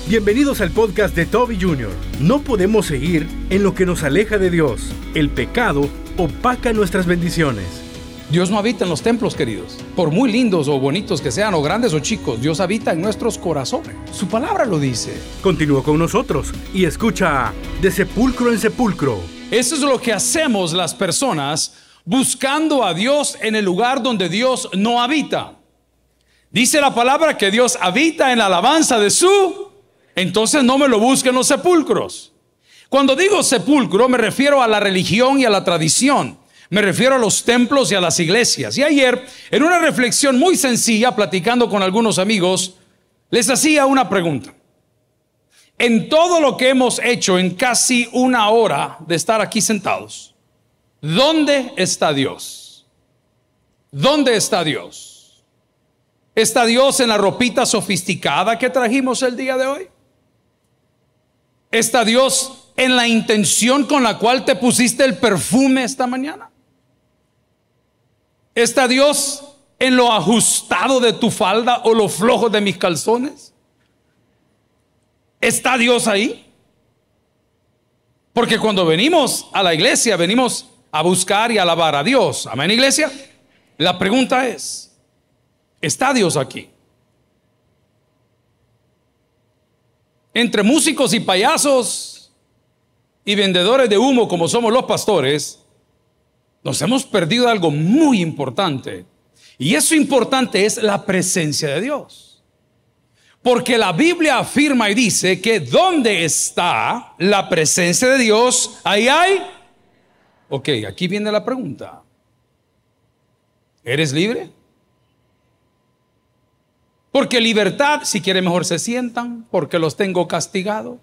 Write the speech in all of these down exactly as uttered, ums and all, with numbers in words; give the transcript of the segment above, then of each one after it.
Bienvenidos al podcast de Toby junior No podemos seguir en lo que nos aleja de Dios. El pecado opaca nuestras bendiciones. Dios no habita en los templos, queridos. Por muy lindos o bonitos que sean, o grandes o chicos, Dios habita en nuestros corazones. Su palabra lo dice. Continúa con nosotros y escucha De Sepulcro en Sepulcro. Eso es lo que hacemos las personas buscando a Dios en el lugar donde Dios no habita. Dice la palabra que Dios habita en la alabanza de su... Entonces no me lo busquen en los sepulcros. Cuando digo sepulcro me refiero a la religión y a la tradición. Me refiero a los templos y a las iglesias. Y ayer, en una reflexión muy sencilla, platicando con algunos amigos, les hacía una pregunta. En todo lo que hemos hecho en casi una hora de estar aquí sentados, ¿dónde está Dios? ¿Dónde está Dios? ¿Está Dios en la ropita sofisticada que trajimos el día de hoy? ¿Está Dios en la intención con la cual te pusiste el perfume esta mañana? ¿Está Dios en lo ajustado de tu falda o lo flojo de mis calzones? ¿Está Dios ahí? Porque cuando venimos a la iglesia, venimos a buscar y alabar a Dios. Amén, iglesia. La pregunta es, ¿está Dios aquí? Entre músicos y payasos y vendedores de humo como somos los pastores, nos hemos perdido algo muy importante. Y eso importante es la presencia de Dios. Porque la Biblia afirma y dice que donde está la presencia de Dios, ahí hay. Ok, aquí viene la pregunta. ¿Eres libre? Porque libertad, si quieren mejor se sientan, porque los tengo castigados.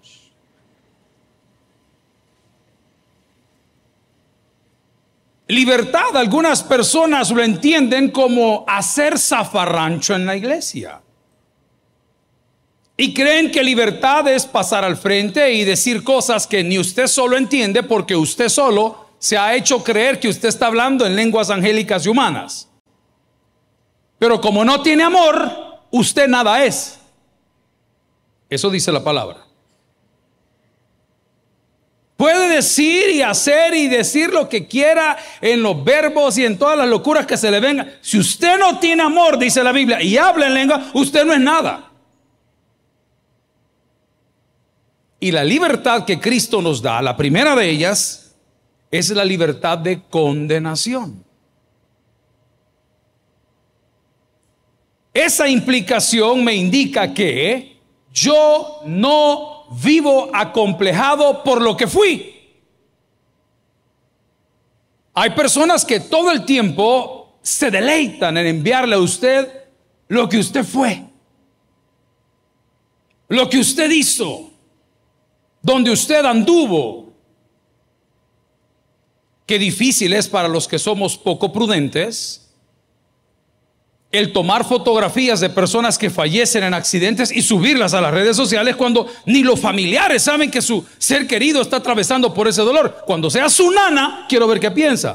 Libertad, algunas personas lo entienden como hacer zafarrancho en la iglesia. Y creen que libertad es pasar al frente y decir cosas que ni usted solo entiende, porque usted solo se ha hecho creer que usted está hablando en lenguas angélicas y humanas. Pero como no tiene amor, usted nada es. Eso dice la palabra. Puede decir y hacer y decir lo que quiera en los verbos y en todas las locuras que se le vengan. Si usted no tiene amor, dice la Biblia, y habla en lengua, usted no es nada. Y la libertad que Cristo nos da, la primera de ellas, es la libertad de condenación. Esa implicación me indica que yo no vivo acomplejado por lo que fui. Hay personas que todo el tiempo se deleitan en enviarle a usted lo que usted fue, lo que usted hizo, donde usted anduvo. Qué difícil es para los que somos poco prudentes el tomar fotografías de personas que fallecen en accidentes y subirlas a las redes sociales cuando ni los familiares saben que su ser querido está atravesando por ese dolor. Cuando sea su nana, quiero ver qué piensa.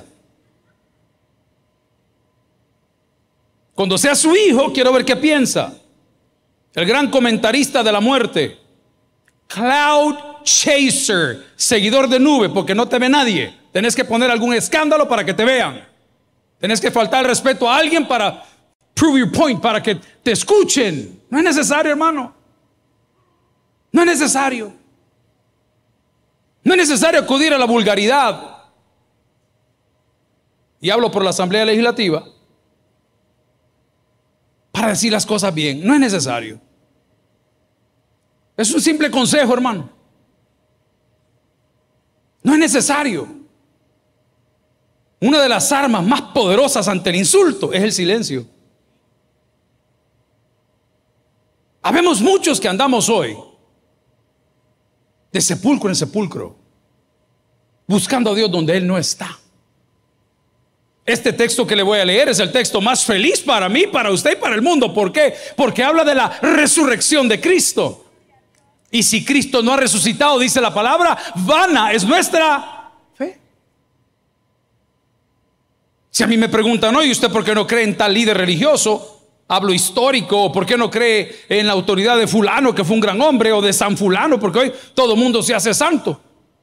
Cuando sea su hijo, quiero ver qué piensa. El gran comentarista de la muerte, Cloud Chaser, seguidor de nube, porque no te ve nadie. Tenés que poner algún escándalo para que te vean. Tenés que faltar el respeto a alguien para prove your point, para que te escuchen. No es necesario, hermano. No es necesario. No es necesario acudir a la vulgaridad. Y hablo por la Asamblea Legislativa para decir las cosas bien. No es necesario. Es un simple consejo, hermano. No es necesario. Una de las armas más poderosas ante el insulto es el silencio. Habemos muchos que andamos hoy de sepulcro en sepulcro, buscando a Dios donde Él no está. Este texto que le voy a leer es el texto más feliz para mí, para usted y para el mundo. ¿Por qué? Porque habla de la resurrección de Cristo. Y si Cristo no ha resucitado, dice la palabra, vana es nuestra fe. Si a mí me preguntan, ¿no? ¿Y usted por qué no cree en tal líder religioso? Hablo histórico. ¿Por qué no cree en la autoridad de fulano, que fue un gran hombre, o de San fulano, porque hoy todo el mundo se hace santo?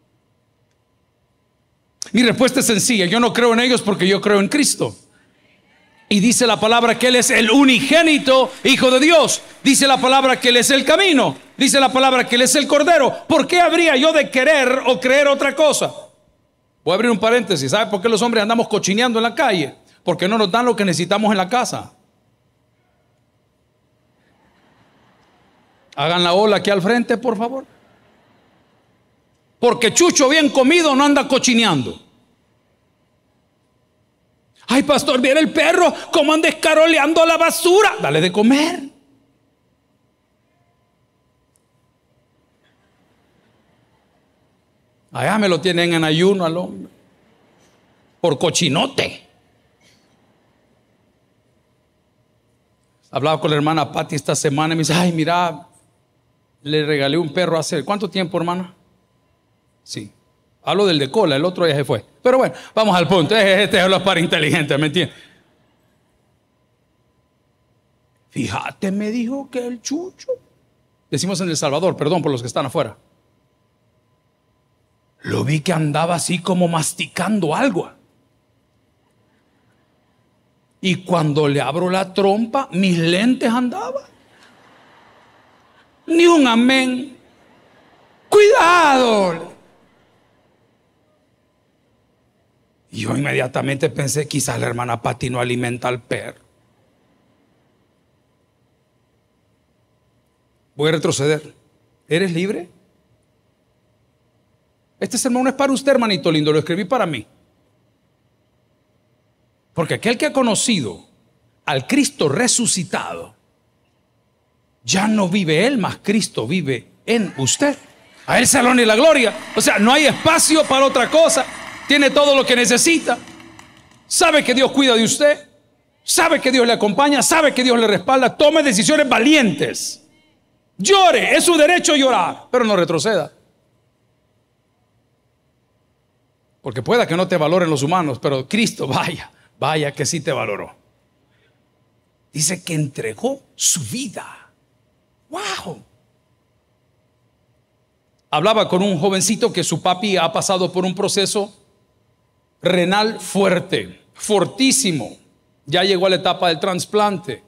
Mi respuesta es sencilla: yo no creo en ellos porque yo creo en Cristo. Y dice la palabra que Él es el unigénito Hijo de Dios. Dice la palabra que Él es el camino. Dice la palabra que Él es el Cordero. ¿Por qué habría yo de querer o creer otra cosa? Voy a abrir un paréntesis. ¿Sabe por qué los hombres andamos cochineando en la calle? Porque no nos dan lo que necesitamos en la casa. Hagan la ola aquí al frente, por favor. Porque Chucho bien comido no anda cochineando. Ay, pastor, viene el perro, cómo anda escaroleando la basura. Dale de comer. Allá me lo tienen en ayuno al hombre, por cochinote. Hablaba con la hermana Patti esta semana y me dice: ay, mira, le regalé un perro hace ¿cuánto tiempo, hermana? Sí, hablo del de cola, el otro ya se fue. Pero bueno, vamos al punto. Este es los para inteligentes, ¿me entiendes? Fíjate, me dijo que el Chucho, decimos en El Salvador, perdón por los que están afuera, lo vi que andaba así como masticando algo. Y cuando le abro la trompa, mis lentes andaban. Ni un amén. Cuidado. Y yo inmediatamente pensé: quizás la hermana Patti no alimenta al perro. Voy a retroceder. ¿Eres libre? Este sermón no es para usted, hermanito lindo, lo escribí para mí. Porque aquel que ha conocido al Cristo resucitado, ya no vive él, mas Cristo vive en usted. A él sea la honra y la gloria. O sea, no hay espacio para otra cosa. Tiene todo lo que necesita. Sabe que Dios cuida de usted. Sabe que Dios le acompaña. Sabe que Dios le respalda. Tome decisiones valientes. Llore, es su derecho llorar, pero no retroceda. Porque pueda que no te valoren los humanos, pero Cristo, vaya, vaya que sí te valoró. Dice que entregó su vida. ¡Wow! Hablaba con un jovencito que su papi ha pasado por un proceso renal fuerte, fortísimo. Ya llegó a la etapa del trasplante.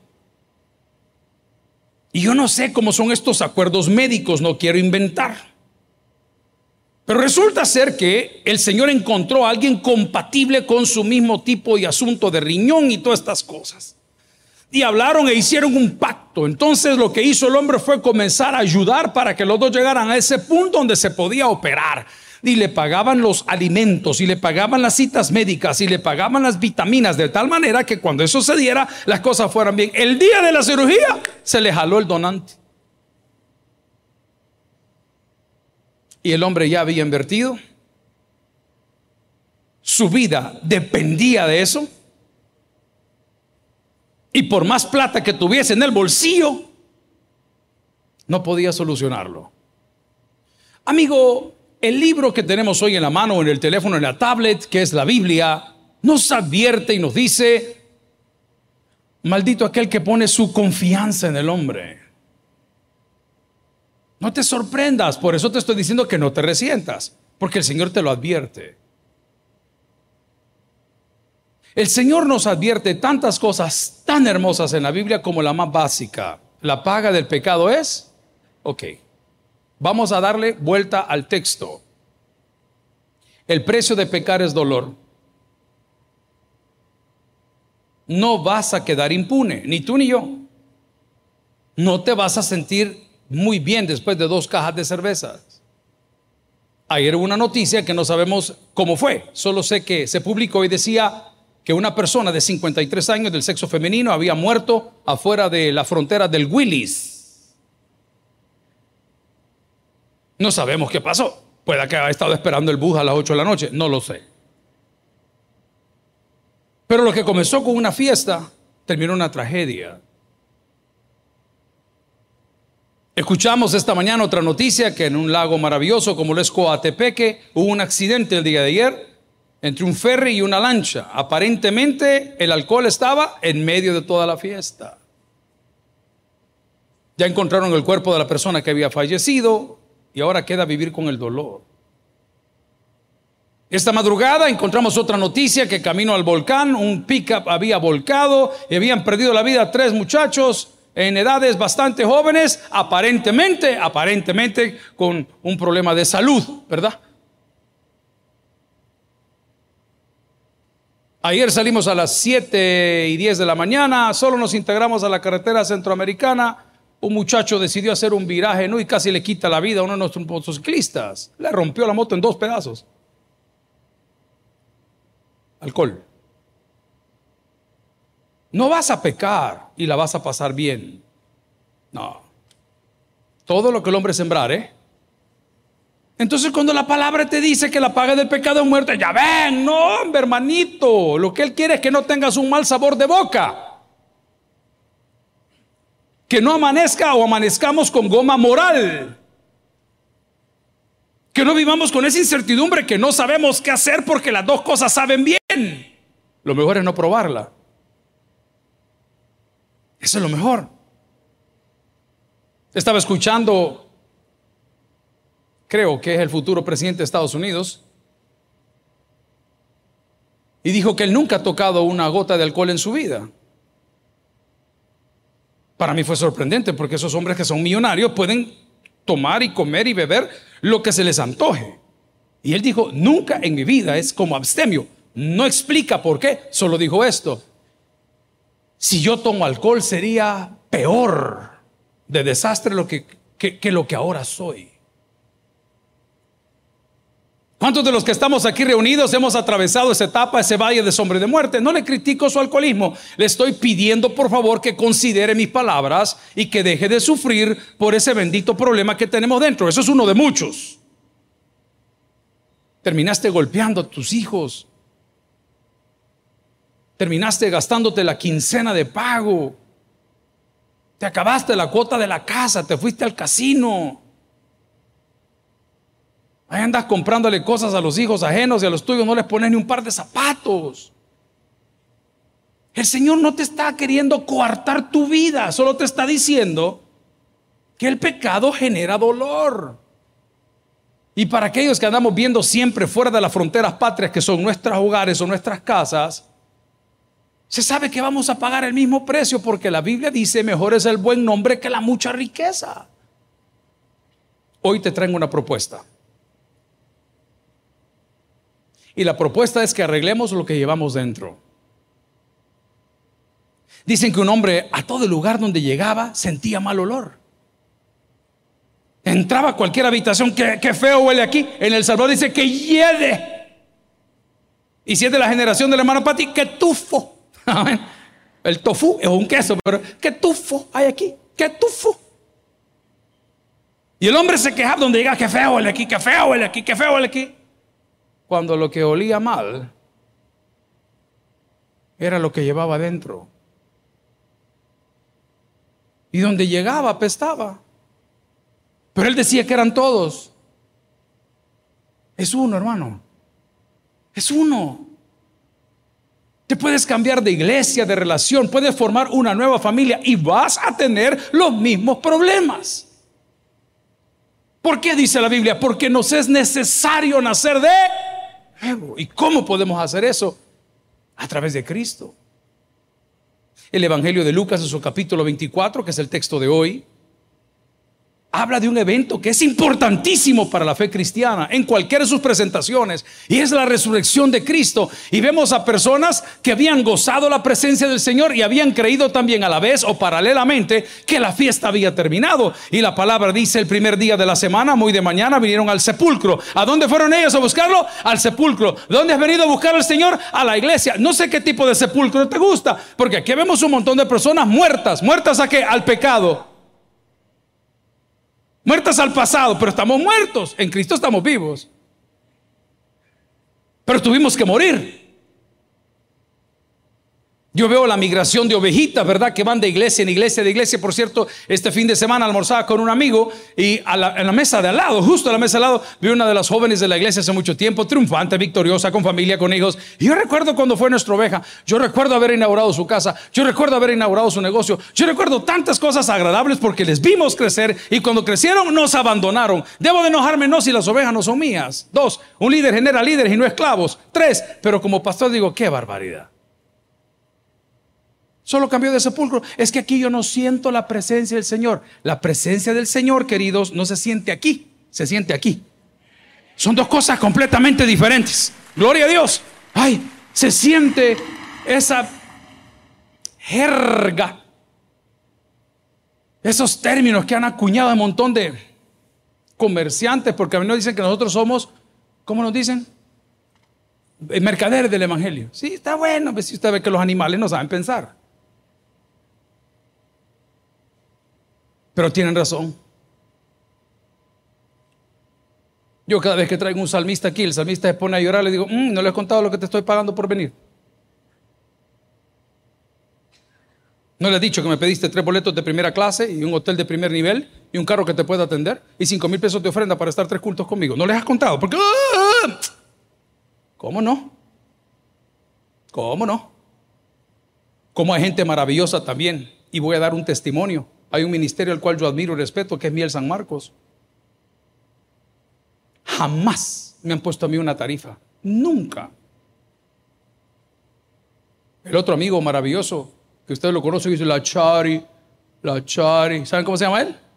Y yo no sé cómo son estos acuerdos médicos, no quiero inventar. Pero resulta ser que el Señor encontró a alguien compatible con su mismo tipo y asunto de riñón y todas estas cosas. Y hablaron e hicieron un pacto. Entonces lo que hizo el hombre fue comenzar a ayudar para que los dos llegaran a ese punto donde se podía operar. Y le pagaban los alimentos, y le pagaban las citas médicas, y le pagaban las vitaminas, de tal manera que cuando eso se diera, las cosas fueran bien. El día de la cirugía se le jaló el donante. Y el hombre ya había invertido. Su vida dependía de eso. Y por más plata que tuviese en el bolsillo, no podía solucionarlo. Amigo, el libro que tenemos hoy en la mano, en el teléfono, en la tablet, que es la Biblia, nos advierte y nos dice: maldito aquel que pone su confianza en el hombre. No te sorprendas, por eso te estoy diciendo que no te resientas, porque el Señor te lo advierte. El Señor nos advierte tantas cosas tan hermosas en la Biblia como la más básica. La paga del pecado es, ok, vamos a darle vuelta al texto. El precio de pecar es dolor. No vas a quedar impune, ni tú ni yo. No te vas a sentir muy bien después de dos cajas de cervezas. Ayer hubo una noticia que no sabemos cómo fue, solo sé que se publicó y decía que una persona de cincuenta y tres años del sexo femenino había muerto afuera de la frontera del Willis. No sabemos qué pasó. Puede que haya estado esperando el bus a las ocho de la noche, no lo sé. Pero lo que comenzó con una fiesta terminó en una tragedia. Escuchamos esta mañana otra noticia que en un lago maravilloso como lo es Coatepeque hubo un accidente el día de ayer entre un ferry y una lancha. Aparentemente el alcohol estaba en medio de toda la fiesta. Ya encontraron el cuerpo de la persona que había fallecido y ahora queda vivir con el dolor. Esta madrugada encontramos otra noticia que camino al volcán, un pickup había volcado y habían perdido la vida tres muchachos en edades bastante jóvenes, aparentemente, aparentemente con un problema de salud, ¿verdad? Ayer salimos a las siete y diez de la mañana, solo nos integramos a la carretera centroamericana. Un muchacho decidió hacer un viraje, ¿no? Y casi le quita la vida a uno de nuestros motociclistas. Le rompió la moto en dos pedazos. Alcohol. No vas a pecar y la vas a pasar bien. No. Todo lo que el hombre sembrar, ¿eh? Entonces cuando la palabra te dice que la paga del pecado es muerte, ya ven, no, hombre, hermanito. Lo que Él quiere es que no tengas un mal sabor de boca. Que no amanezca o amanezcamos con goma moral. Que no vivamos con esa incertidumbre que no sabemos qué hacer porque las dos cosas saben bien. Lo mejor es no probarla. Eso es lo mejor. Estaba escuchando, creo que es el futuro presidente de Estados Unidos, y dijo que él nunca ha tocado una gota de alcohol en su vida. Para mí fue sorprendente porque esos hombres que son millonarios pueden tomar y comer y beber lo que se les antoje. Y él dijo, nunca en mi vida, es como abstemio. No explica por qué, solo dijo esto: si yo tomo alcohol sería peor de desastre lo que, que, que lo que ahora soy. ¿Cuántos de los que estamos aquí reunidos hemos atravesado esa etapa, ese valle de sombra y de muerte? No le critico su alcoholismo, le estoy pidiendo por favor que considere mis palabras y que deje de sufrir por ese bendito problema que tenemos dentro. Eso es uno de muchos. Terminaste golpeando a tus hijos, terminaste gastándote la quincena de pago, te acabaste la cuota de la casa, te fuiste al casino. Ahí andas comprándole cosas a los hijos ajenos y a los tuyos no les pones ni un par de zapatos. El Señor no te está queriendo coartar tu vida, solo te está diciendo que el pecado genera dolor. Y para aquellos que andamos viendo siempre fuera de las fronteras patrias, que son nuestros hogares o nuestras casas, se sabe que vamos a pagar el mismo precio, porque la Biblia dice: mejor es el buen nombre que la mucha riqueza. Hoy te traigo una propuesta. Y la propuesta es que arreglemos lo que llevamos dentro. Dicen que un hombre a todo lugar donde llegaba sentía mal olor. Entraba a cualquier habitación, que, que feo huele aquí. En El Salvador dice que hiede. Y si es de la generación de la hermana Pati, que tufo. El tofu es un queso, pero que tufo hay aquí, que tufo. Y el hombre se quejaba donde llegaba: que feo huele aquí, que feo huele aquí, que feo huele aquí. Cuando lo que olía mal era lo que llevaba adentro. Y donde llegaba apestaba. Pero él decía que eran todos. Es uno, hermano. Es uno. Te puedes cambiar de iglesia, de relación, puedes formar una nueva familia y vas a tener los mismos problemas. ¿Por qué dice la Biblia? Porque nos es necesario nacer de nuevo. ¿Y cómo podemos hacer eso? A través de Cristo. El Evangelio de Lucas, en su capítulo veinticuatro, que es el texto de hoy, habla de un evento que es importantísimo para la fe cristiana en cualquiera de sus presentaciones, y es la resurrección de Cristo. Y vemos a personas que habían gozado la presencia del Señor y habían creído también a la vez o paralelamente que la fiesta había terminado. Y la palabra dice: el primer día de la semana, muy de mañana, vinieron al sepulcro. ¿A dónde fueron ellos a buscarlo? Al sepulcro. ¿Dónde has venido a buscar al Señor? A la iglesia. No sé qué tipo de sepulcro te gusta, porque aquí vemos un montón de personas muertas. ¿Muertas a qué? Al pecado. Muertas al pasado, pero estamos muertos. En Cristo estamos vivos. Pero tuvimos que morir. Yo veo la migración de ovejitas, ¿verdad? Que van de iglesia en iglesia, de iglesia. Por cierto, este fin de semana almorzaba con un amigo y a la, en la mesa de al lado, justo a la mesa de al lado, vi una de las jóvenes de la iglesia hace mucho tiempo, triunfante, victoriosa, con familia, con hijos. Y yo recuerdo cuando fue nuestra oveja. Yo recuerdo haber inaugurado su casa. Yo recuerdo haber inaugurado su negocio. Yo recuerdo tantas cosas agradables porque les vimos crecer y cuando crecieron nos abandonaron. Debo de enojarme no si las ovejas no son mías. Dos, un líder genera líderes y no esclavos. Tres, pero como pastor digo, qué barbaridad. Solo cambió de sepulcro. Es que aquí yo no siento la presencia del Señor. La presencia del Señor, queridos, no se siente aquí, se siente aquí. Son dos cosas completamente diferentes. Gloria a Dios. Ay, se siente esa jerga, esos términos que han acuñado un montón de comerciantes, porque a mí nos dicen que nosotros somos, ¿cómo nos dicen? Mercaderes del evangelio. Sí, está bueno, pues si usted ve que los animales no saben pensar. Pero tienen razón. Yo cada vez que traigo un salmista aquí, el salmista se pone a llorar, le digo, mmm, no le he contado lo que te estoy pagando por venir. ¿No le he dicho que me pediste tres boletos de primera clase y un hotel de primer nivel y un carro que te pueda atender y cinco mil pesos de ofrenda para estar tres cultos conmigo? ¿No les has contado? Porque, ¡ah! ¿Cómo no? ¿Cómo no? Como hay gente maravillosa también. Y voy a dar un testimonio. Hay un ministerio al cual yo admiro y respeto, que es Miel San Marcos. Jamás me han puesto a mí una tarifa. Nunca. El otro amigo maravilloso, que ustedes lo conocen, dice la Chari, la Chari. ¿Saben cómo se llama él?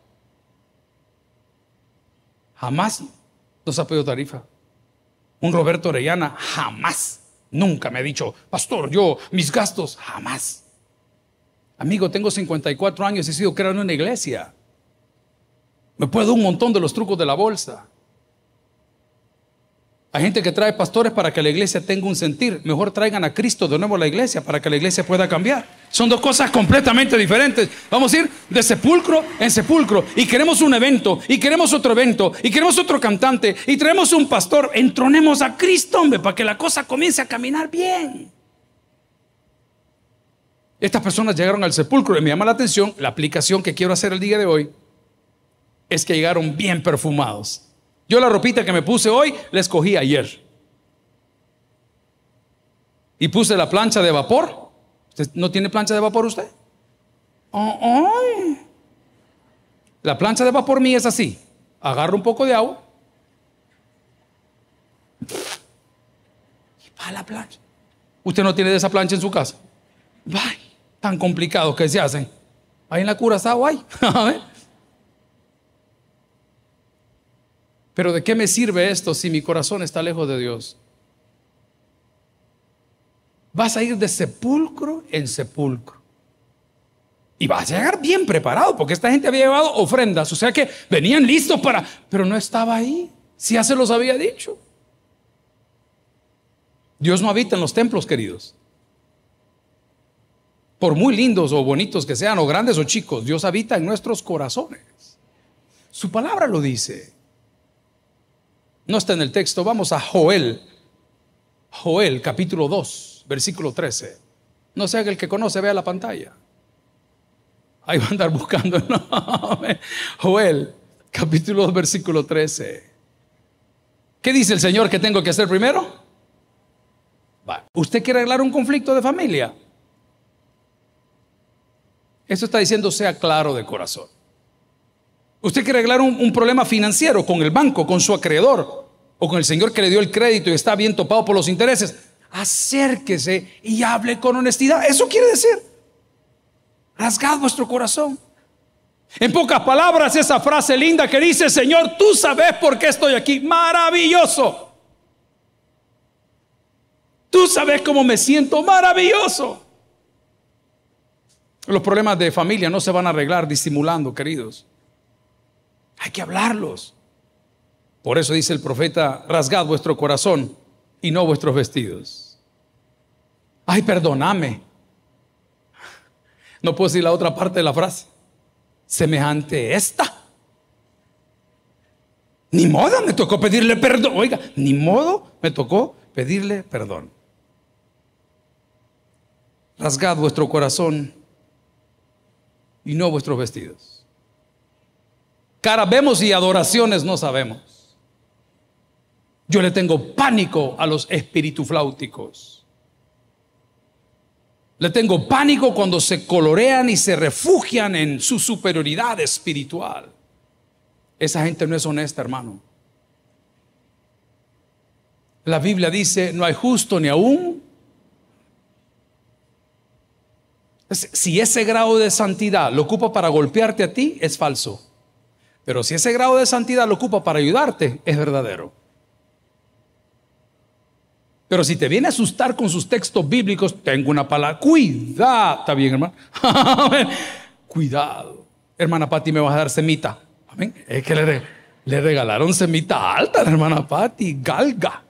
Jamás nos ha pedido tarifa. Un Roberto Orellana, jamás. Nunca me ha dicho, pastor, yo, mis gastos, jamás. Amigo, tengo cincuenta y cuatro años y he sido creado en una iglesia. Me puedo un montón de los trucos de la bolsa. Hay gente que trae pastores para que la iglesia tenga un sentir. Mejor traigan a Cristo de nuevo a la iglesia para que la iglesia pueda cambiar. Son dos cosas completamente diferentes. Vamos a ir de sepulcro en sepulcro y queremos un evento y queremos otro evento y queremos otro cantante y traemos un pastor. Entronemos a Cristo, hombre, para que la cosa comience a caminar bien. Estas personas llegaron al sepulcro y me llama la atención, la aplicación que quiero hacer el día de hoy es que llegaron bien perfumados. Yo la ropita que me puse hoy la escogí ayer. Y puse la plancha de vapor. ¿Usted no tiene plancha de vapor usted? Oh, oh. La plancha de vapor mía es así. Agarro un poco de agua y va la plancha. ¿Usted no tiene de esa plancha en su casa? Ay, tan complicados que se hacen. Ahí en la Curazao hay. Pero ¿de qué me sirve esto si mi corazón está lejos de Dios? Vas a ir de sepulcro en sepulcro. Y vas a llegar bien preparado, porque esta gente había llevado ofrendas. O sea que venían listos para... Pero no estaba ahí. Si ya se los había dicho. Dios no habita en los templos, queridos. Por muy lindos o bonitos que sean, o grandes o chicos, Dios habita en nuestros corazones. Su palabra lo dice. No está en el texto, vamos a Joel. Joel, capítulo dos, versículo trece. No sea que el que conoce vea la pantalla. Ahí va a andar buscando. No. Joel, capítulo dos, versículo trece. ¿Qué dice el Señor que tengo que hacer primero? Va. ¿Usted quiere arreglar un conflicto de familia? Esto está diciendo sea claro de corazón. Usted quiere arreglar un, un problema financiero con el banco, con su acreedor o con el señor que le dio el crédito y está bien topado por los intereses. Acérquese y hable con honestidad. Eso quiere decir rasgad vuestro corazón. En pocas palabras, esa frase linda que dice: Señor, tú sabes por qué estoy aquí. Maravilloso. Tú sabes cómo me siento. Maravilloso. Los problemas de familia no se van a arreglar disimulando, queridos. Hay que hablarlos. Por eso dice el profeta: rasgad vuestro corazón y no vuestros vestidos. Ay, perdóname. No puedo decir la otra parte de la frase. Semejante esta. Ni modo, me tocó pedirle perdón. Oiga, ni modo, me tocó pedirle perdón. rasgad vuestro corazón y no vuestros vestidos. Caras vemos y adoraciones no sabemos. Yo le tengo pánico a los espiritufláuticos. Le tengo pánico cuando se colorean y se refugian en su superioridad espiritual. Esa gente no es honesta, hermano. La Biblia dice, no hay justo ni aún. Si ese grado de santidad lo ocupa para golpearte a ti, es falso. Pero si ese grado de santidad lo ocupa para ayudarte, es verdadero. Pero si te viene a asustar con sus textos bíblicos, tengo una palabra, cuidado. ¿Está bien, hermano? Cuidado. Hermana Pati, me vas a dar semita. Amén. Es que le, le regalaron semita alta a la hermana Pati, galga.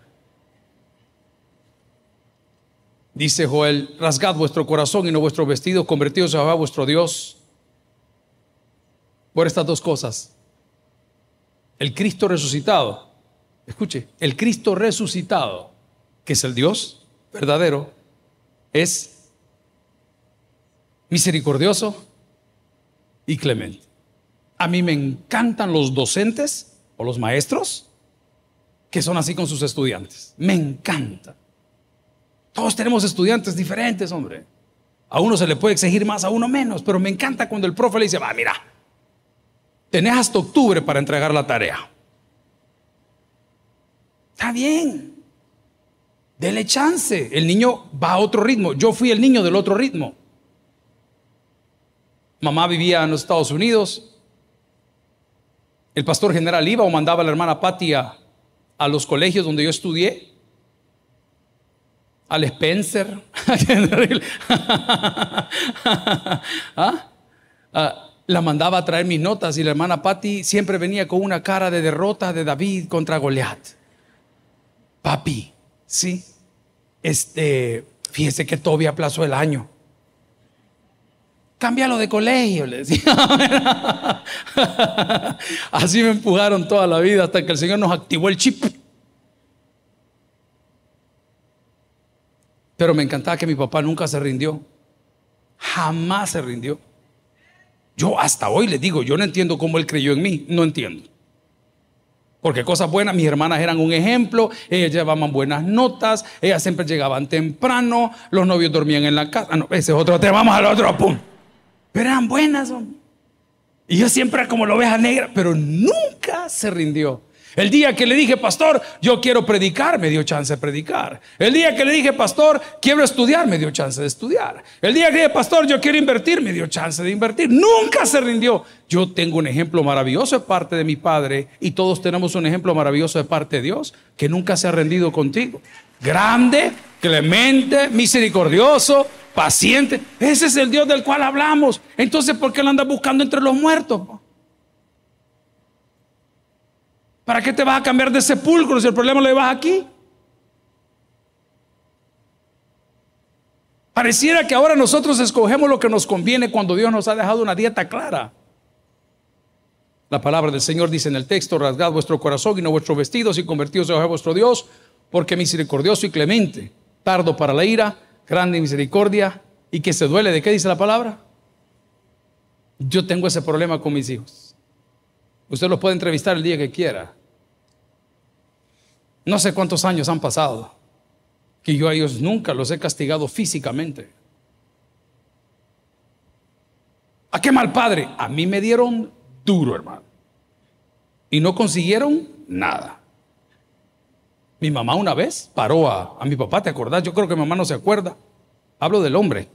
Dice Joel, rasgad vuestro corazón y no vuestros vestidos, convertidos a Jehová vuestro Dios. Por estas dos cosas. El Cristo resucitado. Escuche, el Cristo resucitado, que es el Dios verdadero, es misericordioso y clemente. A mí me encantan los docentes o los maestros que son así con sus estudiantes. Me encanta. Todos tenemos estudiantes diferentes, hombre. A uno se le puede exigir más, a uno menos, pero me encanta cuando el profe le dice, va, mira, tenés hasta octubre para entregar la tarea. Está bien. Dele chance. El niño va a otro ritmo. Yo fui el niño del otro ritmo. Mamá vivía en los Estados Unidos. El pastor general iba o mandaba a la hermana Pati a, a los colegios donde yo estudié. Al Spencer. ¿Ah? Ah, la mandaba a traer mis notas y la hermana Pati siempre venía con una cara de derrota de David contra Goliat. Papi, sí, este, fíjese que Toby aplazó el año. Cámbialo de colegio, le decía. Así me empujaron toda la vida hasta que el Señor nos activó el chip. Pero me encantaba que mi papá nunca se rindió. Jamás se rindió. Yo hasta hoy le digo, yo no entiendo cómo él creyó en mí. No entiendo. Porque cosas buenas, mis hermanas eran un ejemplo. Ellas llevaban buenas notas. Ellas siempre llegaban temprano. Los novios dormían en la casa. Ah, no, ese es otro tema. Vamos al otro, pum. Pero eran buenas, hombre. Y yo siempre como la oveja negra. Pero nunca se rindió. El día que le dije, pastor, yo quiero predicar, me dio chance de predicar. El día que le dije, pastor, quiero estudiar, me dio chance de estudiar. El día que le dije, pastor, yo quiero invertir, me dio chance de invertir. Nunca se rindió. Yo tengo un ejemplo maravilloso de parte de mi padre y todos tenemos un ejemplo maravilloso de parte de Dios que nunca se ha rendido contigo. Grande, clemente, misericordioso, paciente. Ese es el Dios del cual hablamos. Entonces, ¿por qué lo andas buscando entre los muertos? ¿Para qué te vas a cambiar de sepulcro si el problema lo llevas aquí? Pareciera que ahora nosotros escogemos lo que nos conviene cuando Dios nos ha dejado una dieta clara. La palabra del Señor dice en el texto, rasgad vuestro corazón y no vuestros vestidos y convertidos en vuestro Dios, porque misericordioso y clemente, tardo para la ira, grande en misericordia y que se duele. ¿De qué dice la palabra? Yo tengo ese problema con mis hijos. Usted los puede entrevistar el día que quiera. No sé cuántos años han pasado que yo a ellos nunca los he castigado físicamente. ¿A qué mal padre? A mí me dieron duro, hermano. Y no consiguieron nada. Mi mamá una vez paró a, a mi papá, ¿te acordás? Yo creo que mi mamá no se acuerda. Hablo del hombre.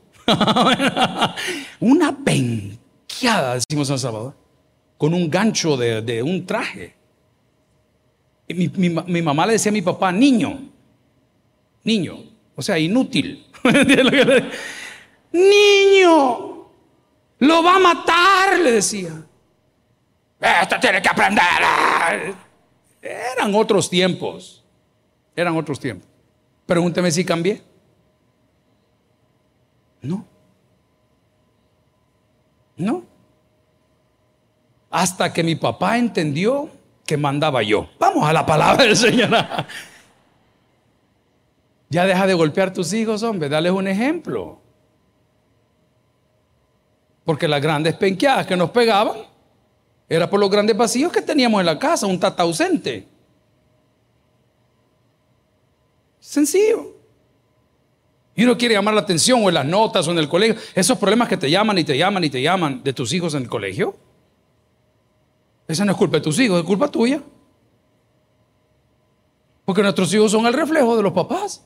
Una penqueada, decimos en El Salvador, con un gancho de, de un traje. Y mi, mi, mi mamá le decía a mi papá, niño, niño, o sea, inútil. Niño, lo va a matar, le decía. Esto tiene que aprender. Eran otros tiempos. Eran otros tiempos. Pregúnteme si cambié. No. No. Hasta que mi papá entendió que mandaba yo. Vamos a la palabra del Señor. Ya deja de golpear a tus hijos, hombre. Dales un ejemplo. Porque las grandes penqueadas que nos pegaban era por los grandes vacíos que teníamos en la casa, un tata ausente. Sencillo. Y uno quiere llamar la atención o en las notas o en el colegio. Esos problemas que te llaman y te llaman y te llaman de tus hijos en el colegio. Esa no es culpa de tus hijos, es culpa tuya. Porque nuestros hijos son el reflejo de los papás.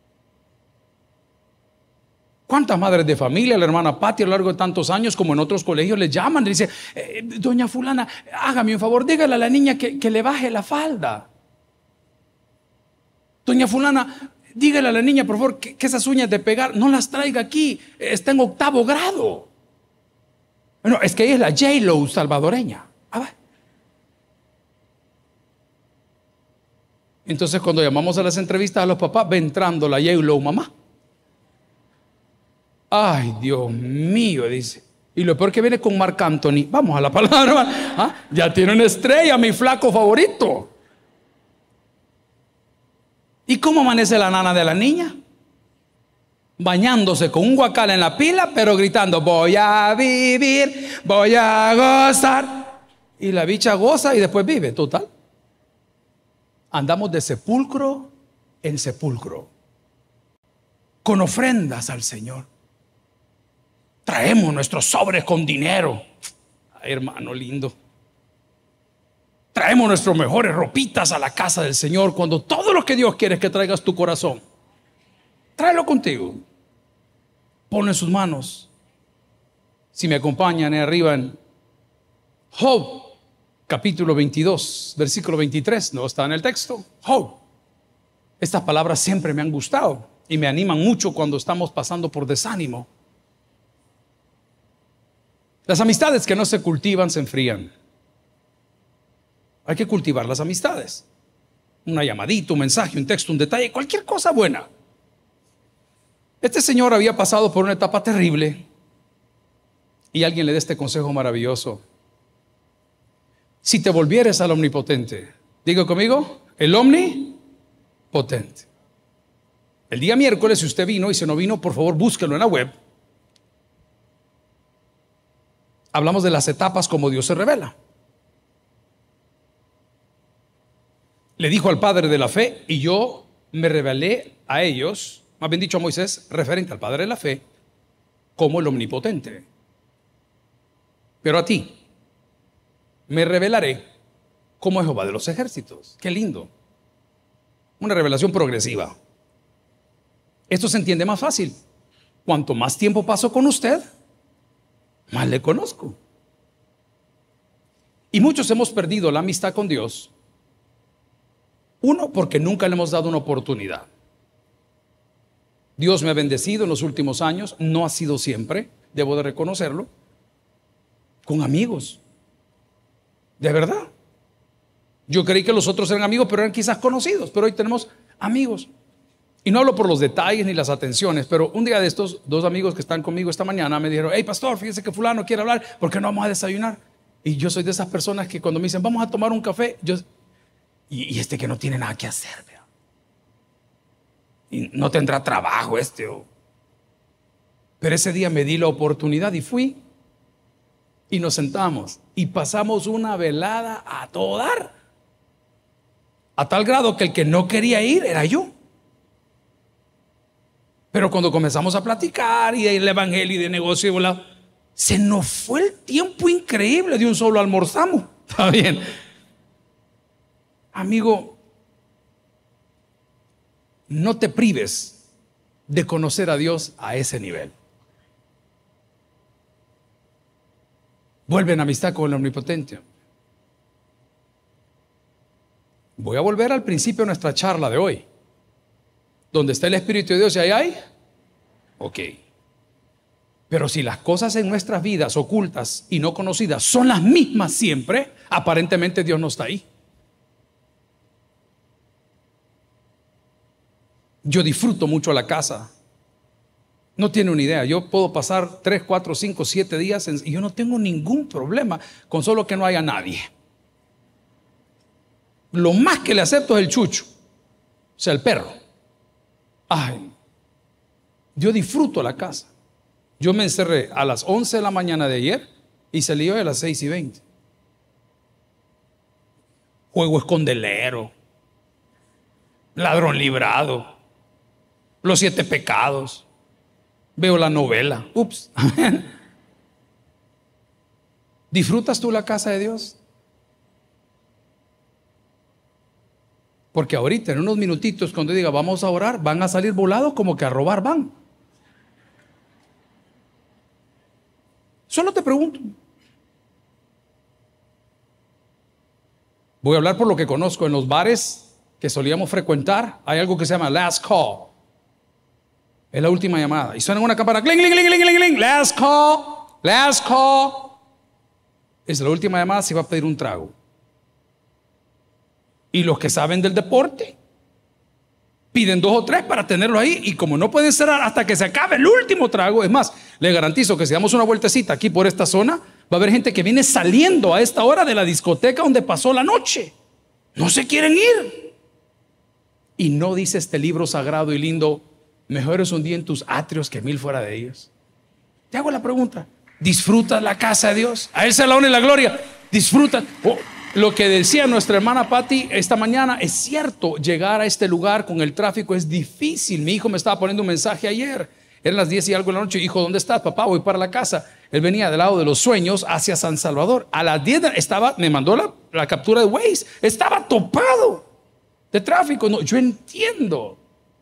¿Cuántas madres de familia, la hermana Patti a lo largo de tantos años, como en otros colegios, le llaman y le dicen, eh, doña fulana, hágame un favor, dígale a la niña que, que le baje la falda. Doña fulana, dígale a la niña, por favor, que, que esas uñas de pegar no las traiga aquí, está en octavo grado. Bueno, es que ella es la J-Lo salvadoreña. A ver. Entonces, cuando llamamos a las entrevistas a los papás, va entrando la J-Lo mamá. Ay, Dios mío, dice. Y lo peor que viene con Marc Anthony. Vamos a la palabra. ¿Ah? Ya tiene una estrella, mi flaco favorito. ¿Y cómo amanece la nana de la niña? Bañándose con un guacal en la pila, pero gritando, voy a vivir, voy a gozar. Y la bicha goza y después vive, total. Andamos de sepulcro en sepulcro, con ofrendas al Señor. Traemos nuestros sobres con dinero. Ay, hermano lindo. Traemos nuestras mejores ropitas a la casa del Señor, cuando todo lo que Dios quiere es que traigas tu corazón. Tráelo contigo. Ponlo en sus manos. Si me acompañan ahí arriba en Job, capítulo veintidós, versículo veintitrés, no está en el texto. Job. Estas palabras siempre me han gustado y me animan mucho cuando estamos pasando por desánimo. Las amistades que no se cultivan se enfrían. Hay que cultivar las amistades. Una llamadita, un mensaje, un texto, un detalle, cualquier cosa buena. Este señor había pasado por una etapa terrible y alguien le da este consejo maravilloso. Si te volvieres al omnipotente, diga conmigo, el omnipotente. El día miércoles, si usted vino y si no vino, por favor búsquelo en la web. Hablamos de las etapas como Dios se revela. Le dijo al padre de la fe, y yo me revelé a ellos, más bien dicho a Moisés, referente al padre de la fe, como el omnipotente. Pero a ti me revelaré como Jehová de los ejércitos. Qué lindo. Una revelación progresiva. Esto se entiende más fácil. Cuanto más tiempo paso con usted, más le conozco. Y muchos hemos perdido la amistad con Dios. Uno, porque nunca le hemos dado una oportunidad. Dios me ha bendecido en los últimos años, no ha sido siempre, debo de reconocerlo, con amigos. De verdad. Yo creí que los otros eran amigos, pero eran quizás conocidos, pero hoy tenemos amigos. Y no hablo por los detalles ni las atenciones, pero un día de estos, dos amigos que están conmigo esta mañana me dijeron, hey pastor, fíjese que fulano quiere hablar, ¿por qué no vamos a desayunar? Y yo soy de esas personas que cuando me dicen, vamos a tomar un café, yo, y, y este que no tiene nada que hacer, ¿vea? Y no tendrá trabajo este. Oh. Pero ese día me di la oportunidad y fui, y nos sentamos, y pasamos una velada a todo dar, a tal grado que el que no quería ir era yo. Pero cuando comenzamos a platicar y el evangelio y de negocio y volado, se nos fue el tiempo increíble. De un solo almorzamos. Está bien. Amigo, no te prives de conocer a Dios a ese nivel. Vuelve en amistad con el omnipotente. Voy a volver al principio de nuestra charla de hoy. ¿Dónde está el Espíritu de Dios y ahí hay? Ok. Pero si las cosas en nuestras vidas ocultas y no conocidas son las mismas siempre, aparentemente Dios no está ahí. Yo disfruto mucho la casa. No tiene una idea. Yo puedo pasar tres, cuatro, cinco, siete días en, y yo no tengo ningún problema con solo que no haya nadie. Lo más que le acepto es el chucho, o sea, el perro. Ay, yo disfruto la casa. Yo me encerré a las once de la mañana de ayer y salí hoy a las seis y veinte. Juego escondelero, ladrón librado, los siete pecados, veo la novela. Ups. ¿Disfrutas tú la casa de Dios? Porque ahorita en unos minutitos cuando diga vamos a orar, van a salir volados como que a robar van. Solo te pregunto. Voy a hablar por lo que conozco. En los bares que solíamos frecuentar hay algo que se llama last call. Es la última llamada. Y suena una campana. Cling, cling, cling, cling, cling, cling. Last call. Last call. Es la última llamada si va a pedir un trago. Y los que saben del deporte piden dos o tres para tenerlo ahí. Y como no pueden cerrar hasta que se acabe el último trago. Es más, le garantizo que si damos una vueltecita aquí por esta zona, va a haber gente que viene saliendo a esta hora de la discoteca donde pasó la noche. No se quieren ir. Y no dice este libro sagrado y lindo: mejor es un día en tus atrios que mil fuera de ellos. Te hago la pregunta: ¿disfrutas la casa de Dios? A Él se la honra y la gloria. Disfruta. Oh, lo que decía nuestra hermana Patti esta mañana es cierto. Llegar a este lugar con el tráfico es difícil. Mi hijo me estaba poniendo un mensaje ayer. Eran las diez y algo de la noche. Hijo, ¿dónde estás? Papá, voy para la casa. Él venía del lado de Los Sueños hacia San Salvador. A las diez estaba, me mandó la, la captura de Waze. Estaba topado de tráfico. No, yo entiendo.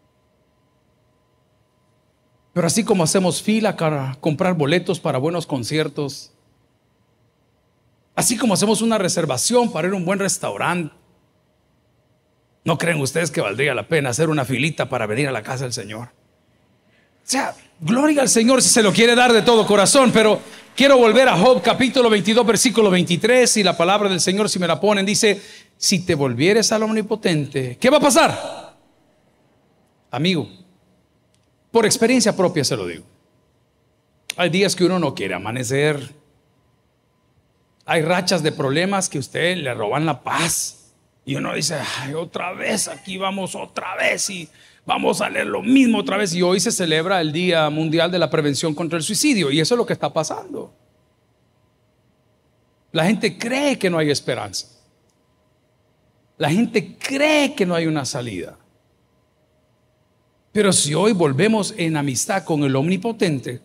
Pero así como hacemos fila para comprar boletos para buenos conciertos, así como hacemos una reservación para ir a un buen restaurante, ¿no creen ustedes que valdría la pena hacer una filita para venir a la casa del Señor? O sea, gloria al Señor si se lo quiere dar de todo corazón. Pero quiero volver a Job capítulo veintidós versículo veintitrés. Y la palabra del Señor, si me la ponen, dice: si te volvieres al Omnipotente, ¿qué va a pasar? Amigo, por experiencia propia se lo digo. Hay días que uno no quiere amanecer. Hay rachas de problemas que a usted le roban la paz. Y uno dice: ay, otra vez, aquí vamos otra vez y vamos a leer lo mismo otra vez. Y hoy se celebra el Día Mundial de la Prevención contra el Suicidio. Y eso es lo que está pasando. La gente cree que no hay esperanza. La gente cree que no hay una salida. Pero si hoy volvemos en amistad con el Omnipotente,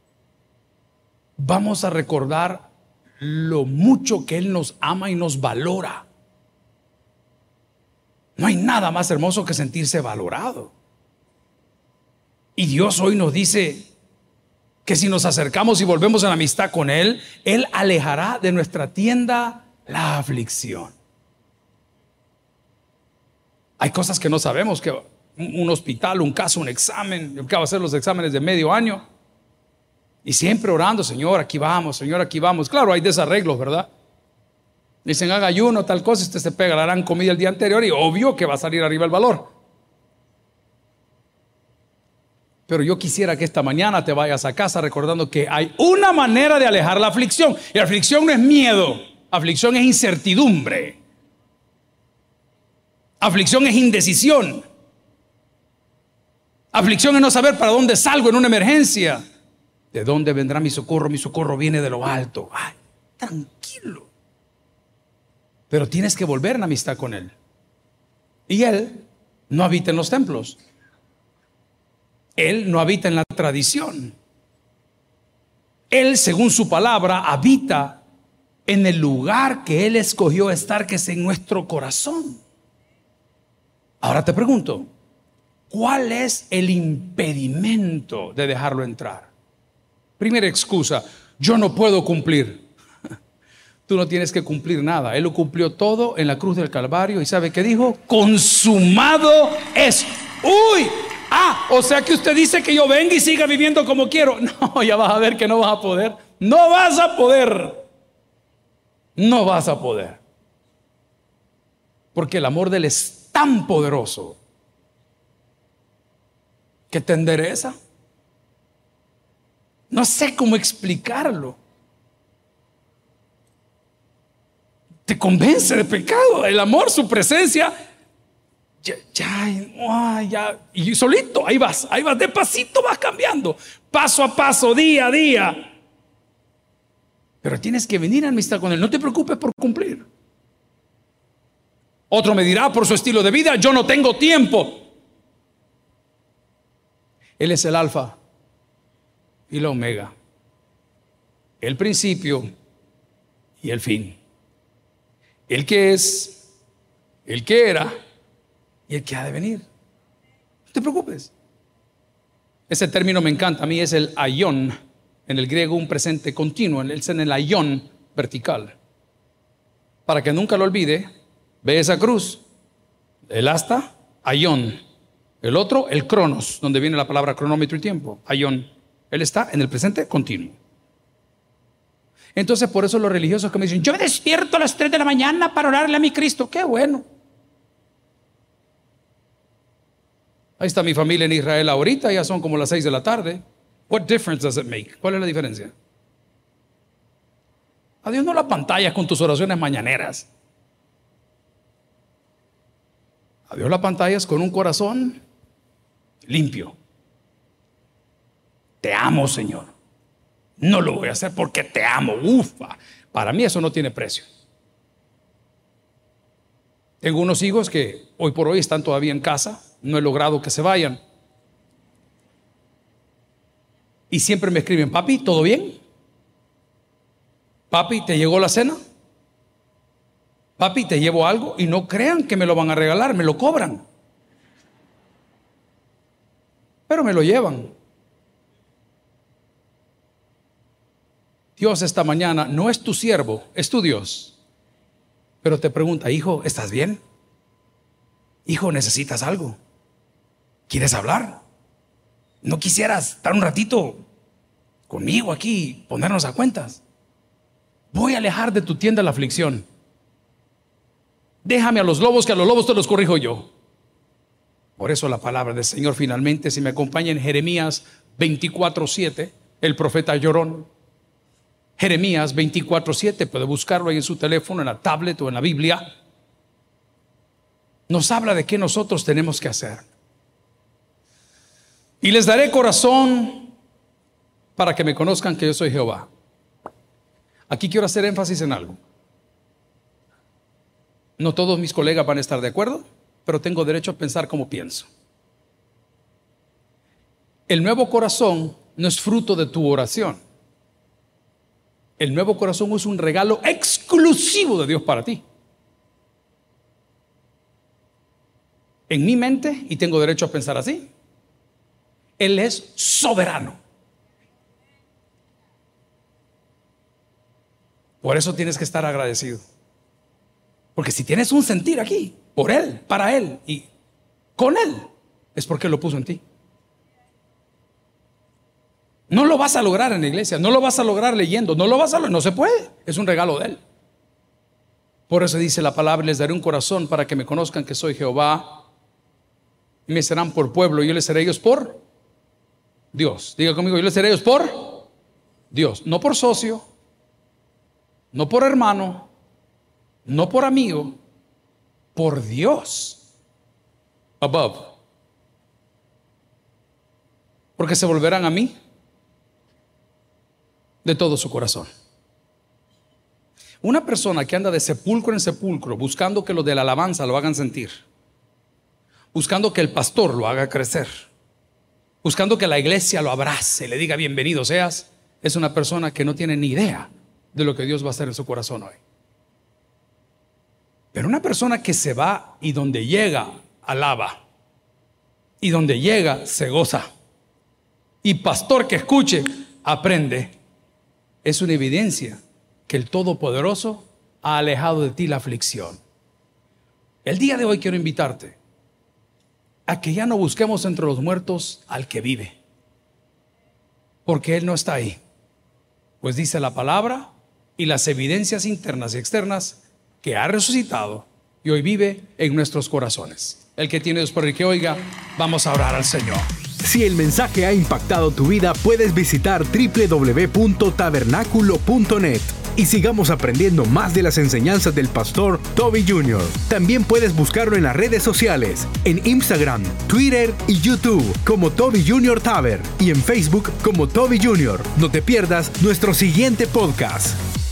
vamos a recordar lo mucho que Él nos ama y nos valora. No hay nada más hermoso que sentirse valorado. Y Dios hoy nos dice que si nos acercamos y volvemos en amistad con Él, Él alejará de nuestra tienda la aflicción. Hay cosas que no sabemos, que un hospital, un caso, un examen. Yo acabo de hacer los exámenes de medio año y siempre orando: Señor, aquí vamos, Señor, aquí vamos. Claro, hay desarreglos, ¿verdad? Dicen: haga ayuno, tal cosa, usted se pega la gran comida el día anterior y obvio que va a salir arriba el valor. Pero yo quisiera que esta mañana te vayas a casa recordando que hay una manera de alejar la aflicción. Y la aflicción no es miedo, aflicción es incertidumbre, aflicción es indecisión, aflicción es no saber para dónde salgo en una emergencia. ¿De dónde vendrá mi socorro? Mi socorro viene de lo alto. Ay, tranquilo. Pero tienes que volver en amistad con Él. Y Él no habita en los templos. Él no habita en la tradición. Él, según su palabra, habita en el lugar que Él escogió estar, que es en nuestro corazón. Ahora te pregunto: ¿cuál es el impedimento de dejarlo entrar? Primera excusa: yo no puedo cumplir. Tú no tienes que cumplir nada. Él lo cumplió todo en la cruz del Calvario. ¿Y sabe qué dijo? Consumado es. Uy, ah, o sea que usted dice que yo venga y siga viviendo como quiero. No, ya vas a ver que no vas a poder. No vas a poder. No vas a poder. Porque el amor de Él es tan poderoso que te endereza. No sé cómo explicarlo. Te convence de pecado. El amor, su presencia, Ya, ya, ya, y solito, ahí vas, ahí vas, despacito vas cambiando, paso a paso, día a día. Pero tienes que venir a amistad con Él, no te preocupes por cumplir. Otro me dirá por su estilo de vida, yo no tengo tiempo. Él es el alfa y la omega, el principio y el fin, el que es, el que era y el que ha de venir. No te preocupes. Ese término me encanta, a mí es el aion, en el griego un presente continuo, es en el aion vertical. Para que nunca lo olvide, ve esa cruz, el asta, aion. El otro, el cronos, donde viene la palabra cronómetro y tiempo, aion. Él está en el presente continuo. Entonces, por eso los religiosos que me dicen, yo me despierto a las tres de la mañana para orarle a mi Cristo. ¡Qué bueno! Ahí está mi familia en Israel ahorita, ya son como las seis de la tarde. What difference does it make? ¿Cuál es la diferencia? A Dios no la pantallas con tus oraciones mañaneras. A Dios la pantallas con un corazón limpio. Te amo, Señor. No lo voy a hacer porque te amo. Ufa. Para mí eso no tiene precio. Tengo unos hijos que hoy por hoy están todavía en casa. No he logrado que se vayan. Y siempre me escriben, papi, ¿todo bien? Papi, ¿te llegó la cena? Papi, ¿te llevo algo? Y no crean que me lo van a regalar, me lo cobran. Pero me lo llevan. Dios esta mañana no es tu siervo, es tu Dios. Pero te pregunta, hijo, ¿estás bien? Hijo, ¿necesitas algo? ¿Quieres hablar? ¿No quisieras estar un ratito conmigo aquí, ponernos a cuentas? Voy a alejar de tu tienda la aflicción. Déjame a los lobos, que a los lobos te los corrijo yo. Por eso la palabra del Señor finalmente, si me acompaña en Jeremías veinticuatro siete, el profeta llorón. Jeremías veinticuatro siete, puede buscarlo ahí en su teléfono, en la tablet o en la Biblia. Nos habla de qué nosotros tenemos que hacer. Y les daré corazón para que me conozcan que yo soy Jehová. Aquí quiero hacer énfasis en algo. No todos mis colegas van a estar de acuerdo, pero tengo derecho a pensar como pienso. El nuevo corazón no es fruto de tu oración. El nuevo corazón es un regalo exclusivo de Dios para ti. En mi mente, y tengo derecho a pensar así, Él es soberano. Por eso tienes que estar agradecido. Porque si tienes un sentir aquí, por Él, para Él y con Él, es porque lo puso en ti. No lo vas a lograr en la iglesia, no lo vas a lograr leyendo, no lo vas a lograr, no se puede, es un regalo de Él. Por eso dice la palabra, les daré un corazón para que me conozcan que soy Jehová, y me serán por pueblo, y yo les seré ellos por Dios. Diga conmigo, yo les seré ellos por Dios, no por socio, no por hermano, no por amigo, por Dios. Above. Porque se volverán a mí de todo su corazón. Una persona que anda de sepulcro en sepulcro buscando que los de la alabanza lo hagan sentir, buscando que el pastor lo haga crecer, buscando que la iglesia lo abrace, le diga bienvenido seas, es una persona que no tiene ni idea de lo que Dios va a hacer en su corazón hoy. Pero una persona que se va y donde llega alaba, y donde llega se goza, y pastor que escuche aprende, es una evidencia que el Todopoderoso ha alejado de ti la aflicción. El día de hoy quiero invitarte a que ya no busquemos entre los muertos al que vive, porque Él no está ahí. Pues dice la palabra y las evidencias internas y externas que ha resucitado y hoy vive en nuestros corazones. El que tiene Dios por el que oiga, vamos a orar al Señor. Si el mensaje ha impactado tu vida, puedes visitar doble u doble u doble u punto tabernáculo punto net. y sigamos aprendiendo más de las enseñanzas del pastor Toby junior También puedes buscarlo en las redes sociales, en Instagram, Twitter y YouTube como Toby junior Taber y en Facebook como Toby junior No te pierdas nuestro siguiente podcast.